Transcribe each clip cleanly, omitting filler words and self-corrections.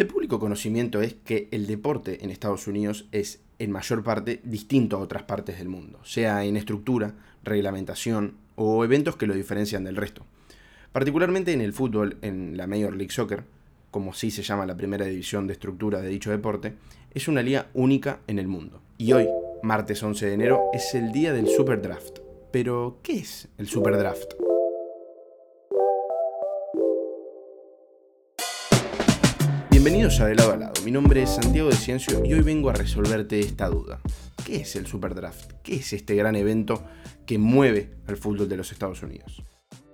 De público conocimiento es que el deporte en Estados Unidos es en mayor parte distinto a otras partes del mundo, sea en estructura, reglamentación o eventos que lo diferencian del resto. Particularmente en el fútbol, en la Major League Soccer, como sí se llama la primera división de estructura de dicho deporte, es una liga única en el mundo. Y hoy, martes 11 de enero, es el día del Super Draft. Pero, ¿qué es el Super Draft? Bienvenidos a De Lado a Lado, mi nombre es Santiago de Ciencio y hoy vengo a resolverte esta duda. ¿Qué es el Super Draft? ¿Qué es este gran evento que mueve al fútbol de los Estados Unidos?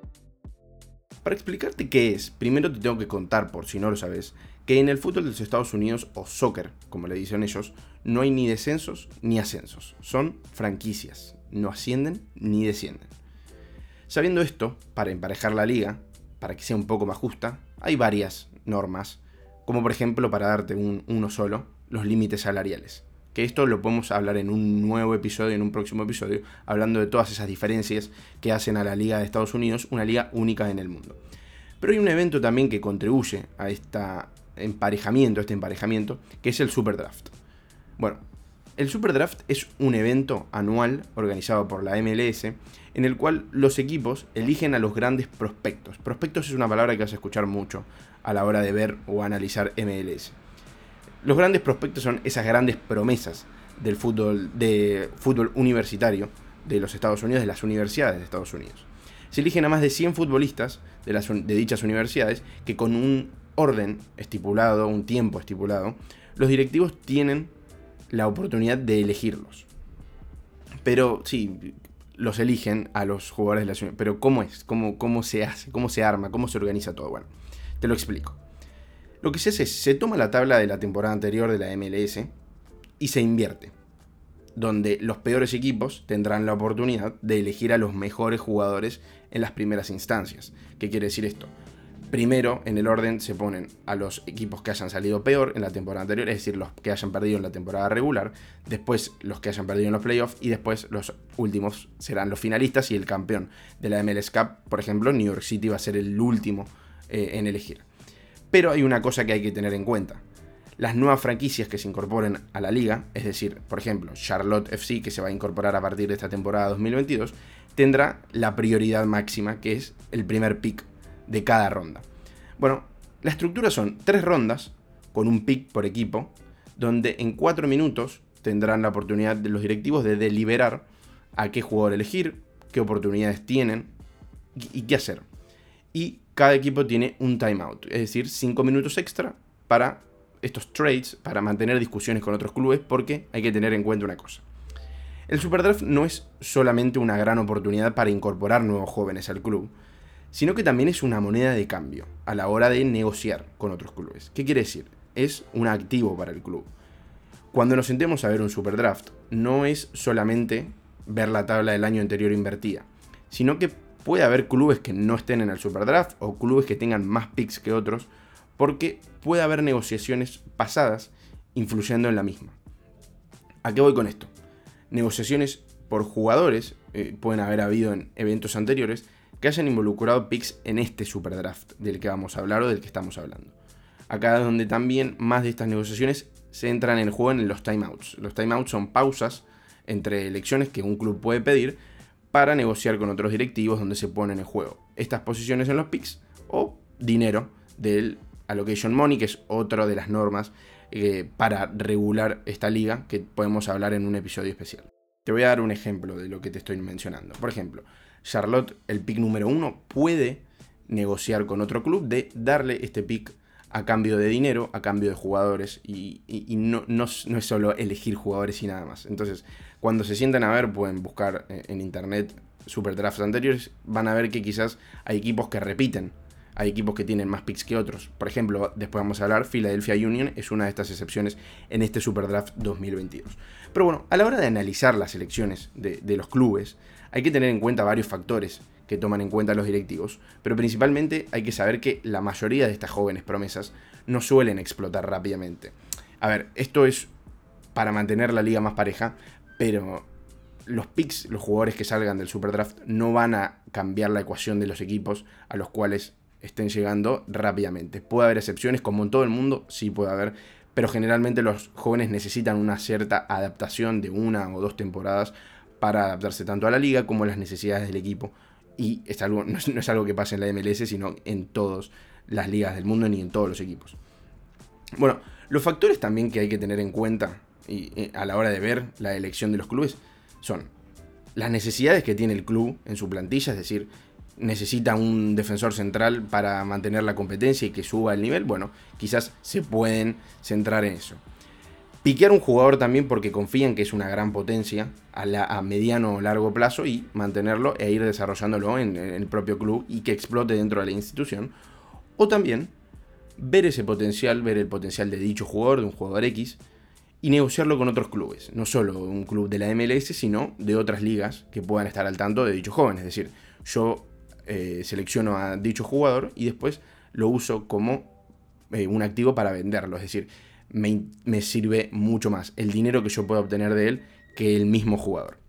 Para explicarte qué es, primero te tengo que contar, por si no lo sabes, que en el fútbol de los Estados Unidos, o soccer, como le dicen ellos, no hay ni descensos ni ascensos. Son franquicias, no ascienden ni descienden. Sabiendo esto, para emparejar la liga, para que sea un poco más justa, hay varias normas, como por ejemplo, para darte uno solo, los límites salariales. Que esto lo podemos hablar en un nuevo episodio, en un próximo episodio, hablando de todas esas diferencias que hacen a la Liga de Estados Unidos una liga única en el mundo. Pero hay un evento también que contribuye a este emparejamiento, que es el Super Draft. Bueno, el Super Draft es un evento anual organizado por la MLS en el cual los equipos eligen a los grandes prospectos. Prospectos es una palabra que vas a escuchar mucho a la hora de ver o analizar MLS. Los grandes prospectos son esas grandes promesas del fútbol universitario de los Estados Unidos, de las universidades de Estados Unidos. Se eligen a más de 100 futbolistas de dichas universidades que con un orden estipulado, un tiempo estipulado, los directivos tienen la oportunidad de elegirlos. Pero sí, los eligen a los jugadores de la universidad. Pero ¿cómo es? ¿Cómo se hace? ¿Cómo se arma? ¿Cómo se organiza todo? Bueno, te lo explico. Lo que se hace es, se toma la tabla de la temporada anterior de la MLS y se invierte, donde los peores equipos tendrán la oportunidad de elegir a los mejores jugadores en las primeras instancias. ¿Qué quiere decir esto? Primero, en el orden, se ponen a los equipos que hayan salido peor en la temporada anterior, es decir, los que hayan perdido en la temporada regular, después los que hayan perdido en los playoffs y después los últimos serán los finalistas y el campeón de la MLS Cup. Por ejemplo, New York City va a ser el último en elegir. Pero hay una cosa que hay que tener en cuenta. Las nuevas franquicias que se incorporen a la liga, es decir, por ejemplo, Charlotte FC, que se va a incorporar a partir de esta temporada 2022, tendrá la prioridad máxima, que es el primer pick de cada ronda. Bueno, la estructura son 3 rondas, con un pick por equipo, donde en 4 minutos tendrán la oportunidad de los directivos de deliberar a qué jugador elegir, qué oportunidades tienen y qué hacer. Y cada equipo tiene un timeout, es decir, 5 minutos extra para estos trades, para mantener discusiones con otros clubes, porque hay que tener en cuenta una cosa. El Superdraft no es solamente una gran oportunidad para incorporar nuevos jóvenes al club, sino que también es una moneda de cambio a la hora de negociar con otros clubes. ¿Qué quiere decir? Es un activo para el club. Cuando nos sentemos a ver un Superdraft, no es solamente ver la tabla del año anterior invertida, sino que puede haber clubes que no estén en el Superdraft o clubes que tengan más picks que otros, porque puede haber negociaciones pasadas influyendo en la misma. ¿A qué voy con esto? Negociaciones por jugadores pueden haber habido en eventos anteriores que hayan involucrado picks en este Superdraft del que vamos a hablar o del que estamos hablando. Acá es donde también más de estas negociaciones se entran en el juego en los timeouts. Los timeouts son pausas entre elecciones que un club puede pedir para negociar con otros directivos donde se ponen en juego estas posiciones en los picks o dinero del allocation money, que es otra de las normas para regular esta liga que podemos hablar en un episodio especial. Te voy a dar un ejemplo de lo que te estoy mencionando. Por ejemplo, Charlotte, el pick número 1, puede negociar con otro club de darle este pick a cambio de dinero, a cambio de jugadores, y no es solo elegir jugadores y nada más. Entonces, cuando se sientan a ver, pueden buscar en internet Super Drafts anteriores, van a ver que quizás hay equipos que repiten, hay equipos que tienen más picks que otros. Por ejemplo, después vamos a hablar, Philadelphia Union es una de estas excepciones en este Super Draft 2022. Pero bueno, a la hora de analizar las elecciones de los clubes, hay que tener en cuenta varios factores que toman en cuenta los directivos, pero principalmente hay que saber que la mayoría de estas jóvenes promesas no suelen explotar rápidamente. A ver, esto es para mantener la liga más pareja, pero los picks, los jugadores que salgan del Superdraft, no van a cambiar la ecuación de los equipos a los cuales estén llegando rápidamente. Puede haber excepciones, como en todo el mundo, sí puede haber, pero generalmente los jóvenes necesitan una cierta adaptación de 1 o 2 temporadas para adaptarse tanto a la liga como a las necesidades del equipo. Y no es algo que pasa en la MLS, sino en todas las ligas del mundo ni en todos los equipos. Bueno, los factores también que hay que tener en cuenta a la hora de ver la elección de los clubes son las necesidades que tiene el club en su plantilla, es decir, necesita un defensor central para mantener la competencia y que suba el nivel. Bueno, quizás se pueden centrar en eso. Piquear un jugador también porque confían que es una gran potencia a mediano o largo plazo y mantenerlo e ir desarrollándolo en el propio club y que explote dentro de la institución. O también ver ese potencial, ver el potencial de dicho jugador, de un jugador X, y negociarlo con otros clubes. No solo un club de la MLS, sino de otras ligas que puedan estar al tanto de dicho joven. Es decir, yo selecciono a dicho jugador y después lo uso como un activo para venderlo. Es decir, me sirve mucho más el dinero que yo pueda obtener de él que el mismo jugador.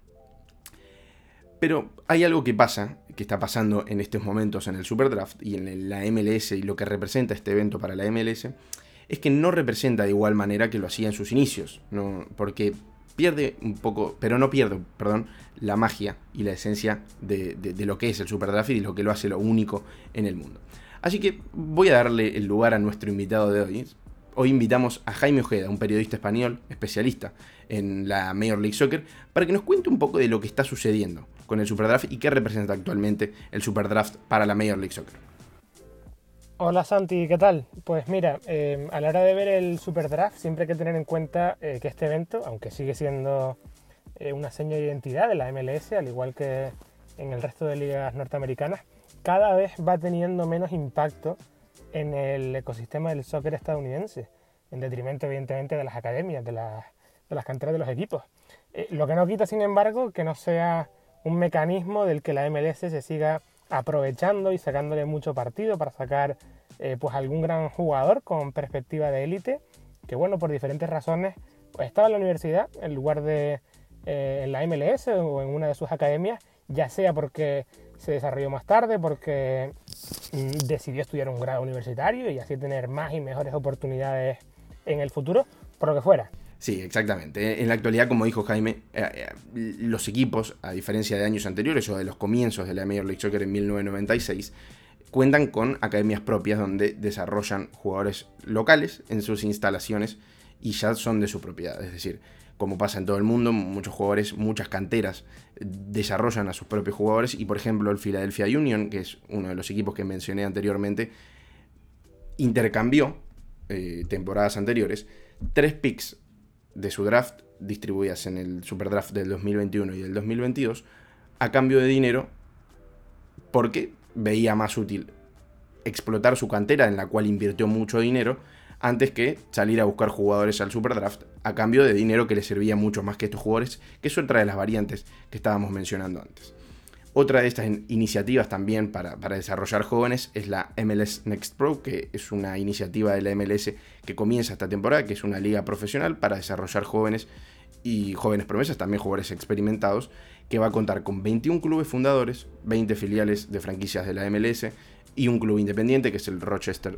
Pero hay algo que está pasando en estos momentos en el Superdraft y en la MLS, y lo que representa este evento para la MLS es que no representa de igual manera que lo hacía en sus inicios, ¿no? Porque pierde un poco, pero no pierde, perdón, la magia y la esencia de lo que es el Superdraft y lo que lo hace lo único en el mundo. Así que voy a darle el lugar a nuestro invitado de hoy. Hoy invitamos a Jaime Ojeda, un periodista español especialista en la Major League Soccer, para que nos cuente un poco de lo que está sucediendo con el Superdraft y qué representa actualmente el Superdraft para la Major League Soccer. Hola Santi, ¿qué tal? Pues mira, a la hora de ver el Superdraft siempre hay que tener en cuenta que este evento, aunque sigue siendo una seña de identidad de la MLS, al igual que en el resto de ligas norteamericanas, cada vez va teniendo menos impacto en el ecosistema del soccer estadounidense, en detrimento evidentemente de las academias, de las canteras de los equipos. Lo que no quita, sin embargo, que no sea un mecanismo del que la MLS se siga aprovechando y sacándole mucho partido para sacar pues algún gran jugador con perspectiva de élite, que bueno, por diferentes razones pues estaba en la universidad en lugar de en la MLS o en una de sus academias, ya sea porque se desarrolló más tarde, porque decidió estudiar un grado universitario y así tener más y mejores oportunidades en el futuro, por lo que fuera. Sí, exactamente. En la actualidad, como dijo Jaime, los equipos, a diferencia de años anteriores o de los comienzos de la Major League Soccer en 1996, cuentan con academias propias donde desarrollan jugadores locales en sus instalaciones y ya son de su propiedad. Es decir, como pasa en todo el mundo, muchos jugadores, muchas canteras desarrollan a sus propios jugadores y, por ejemplo, el Philadelphia Union, que es uno de los equipos que mencioné anteriormente, intercambió temporadas anteriores 3 picks de su draft distribuidas en el Superdraft del 2021 y del 2022 a cambio de dinero, porque veía más útil explotar su cantera, en la cual invirtió mucho dinero, antes que salir a buscar jugadores al Superdraft a cambio de dinero que le servía mucho más que estos jugadores, que es otra de las variantes que estábamos mencionando antes. Otra de estas iniciativas también para desarrollar jóvenes es la MLS Next Pro, que es una iniciativa de la MLS que comienza esta temporada, que es una liga profesional para desarrollar jóvenes y jóvenes promesas, también jugadores experimentados, que va a contar con 21 clubes fundadores, 20 filiales de franquicias de la MLS y un club independiente que es el Rochester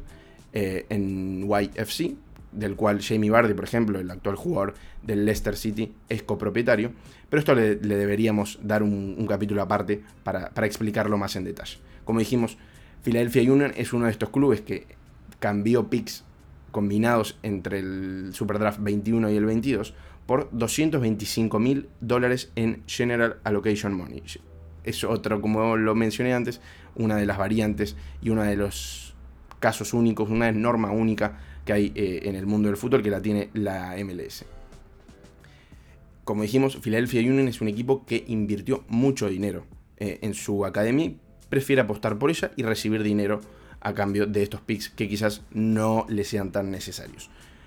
NYFC, del cual Jamie Vardy, por ejemplo, el actual jugador del Leicester City, es copropietario. Pero esto le deberíamos dar un capítulo aparte para explicarlo más en detalle. Como dijimos, Philadelphia Union es uno de estos clubes que cambió picks combinados entre el Superdraft 21 y el 22 por $225,000 en General Allocation Money. Es otro, como lo mencioné antes, una de las variantes y uno de los casos únicos, una norma única que hay en el mundo del fútbol, que la tiene la MLS. Como dijimos, Philadelphia Union es un equipo que invirtió mucho dinero en su academia y prefiere apostar por ella y recibir dinero a cambio de estos picks que quizás no le sean tan necesarios.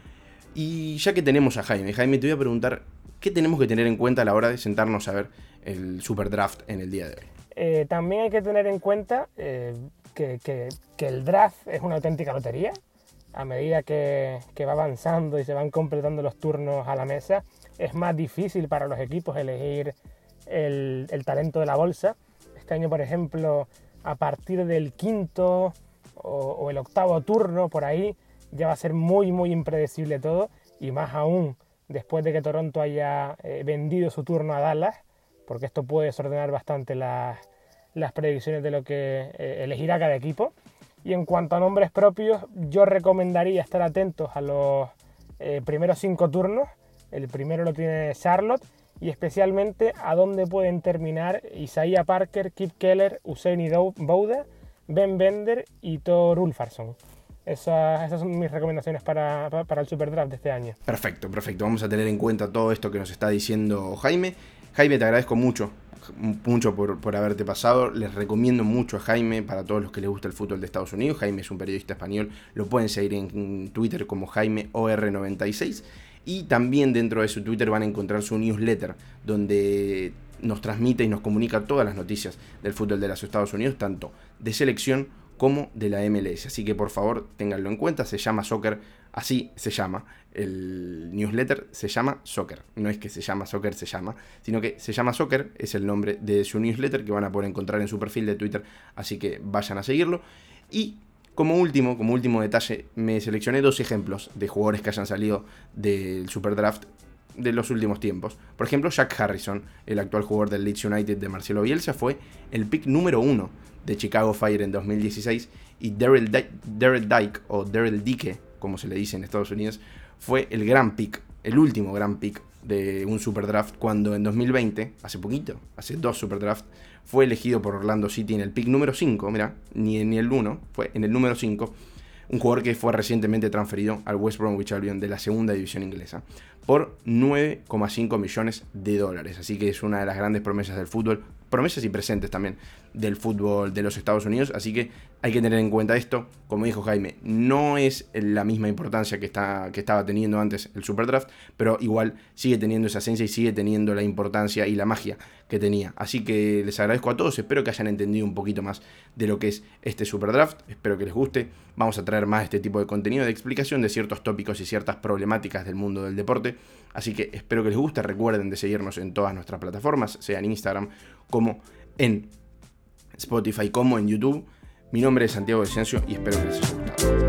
Y ya que tenemos a Jaime, te voy a preguntar, ¿qué tenemos que tener en cuenta a la hora de sentarnos a ver el Superdraft en el día de hoy? También hay que tener en cuenta que el draft es una auténtica lotería. A medida que va avanzando y se van completando los turnos a la mesa, es más difícil para los equipos elegir el talento de la bolsa. Este año, por ejemplo, a partir del quinto o el octavo turno, por ahí, ya va a ser muy, muy impredecible todo, y más aún después de que Toronto haya vendido su turno a Dallas, porque esto puede desordenar bastante las predicciones de lo que elegirá cada equipo. Y en cuanto a nombres propios, yo recomendaría estar atentos a los primeros 5 turnos. El primero lo tiene Charlotte, y especialmente a dónde pueden terminar Isaiah Parker, Kip Keller, Usaini Bouda, Ben Bender y Thor Ulfarsson. Esas son mis recomendaciones para el Superdraft de este año. Perfecto. Vamos a tener en cuenta todo esto que nos está diciendo Jaime. Jaime, te agradezco mucho por haberte pasado. Les recomiendo mucho a Jaime para todos los que les gusta el fútbol de Estados Unidos. Jaime es un periodista español, lo pueden seguir en Twitter como JaimeOR96, y también dentro de su Twitter van a encontrar su newsletter, donde nos transmite y nos comunica todas las noticias del fútbol de los Estados Unidos, tanto de selección como de la MLS. Así que por favor ténganlo en cuenta. Se llama Soccer, así se llama. El newsletter se llama Soccer. No es que se llama Soccer, sino que se llama Soccer, es el nombre de su newsletter que van a poder encontrar en su perfil de Twitter. Así que vayan a seguirlo. Y como último detalle, me seleccioné 2 ejemplos de jugadores que hayan salido del Superdraft de los últimos tiempos. Por ejemplo, Jack Harrison, el actual jugador del Leeds United de Marcelo Bielsa, fue el pick número 1 de Chicago Fire en 2016, y Daryl Dike, como se le dice en Estados Unidos, fue el gran pick, el último gran pick de un Superdraft, cuando en 2020, hace 2 Superdraft, fue elegido por Orlando City en el pick número 5, mirá, ni en el 1, fue en el número 5, un jugador que fue recientemente transferido al West Bromwich Albion de la segunda división inglesa por $9,5 millones. Así que es una de las grandes promesas del fútbol, promesas y presentes también del fútbol de los Estados Unidos. Así que hay que tener en cuenta esto. Como dijo Jaime, no es la misma importancia que estaba teniendo antes el Superdraft, pero igual sigue teniendo esa esencia y sigue teniendo la importancia y la magia que tenía. Así que les agradezco a todos, espero que hayan entendido un poquito más de lo que es este Superdraft, espero que les guste. Vamos a traer más este tipo de contenido de explicación de ciertos tópicos y ciertas problemáticas del mundo del deporte, así que espero que les guste. Recuerden de seguirnos en todas nuestras plataformas, sea en Instagram, como en Spotify, como en YouTube. Mi nombre es Santiago Vicencio y espero que les haya gustado.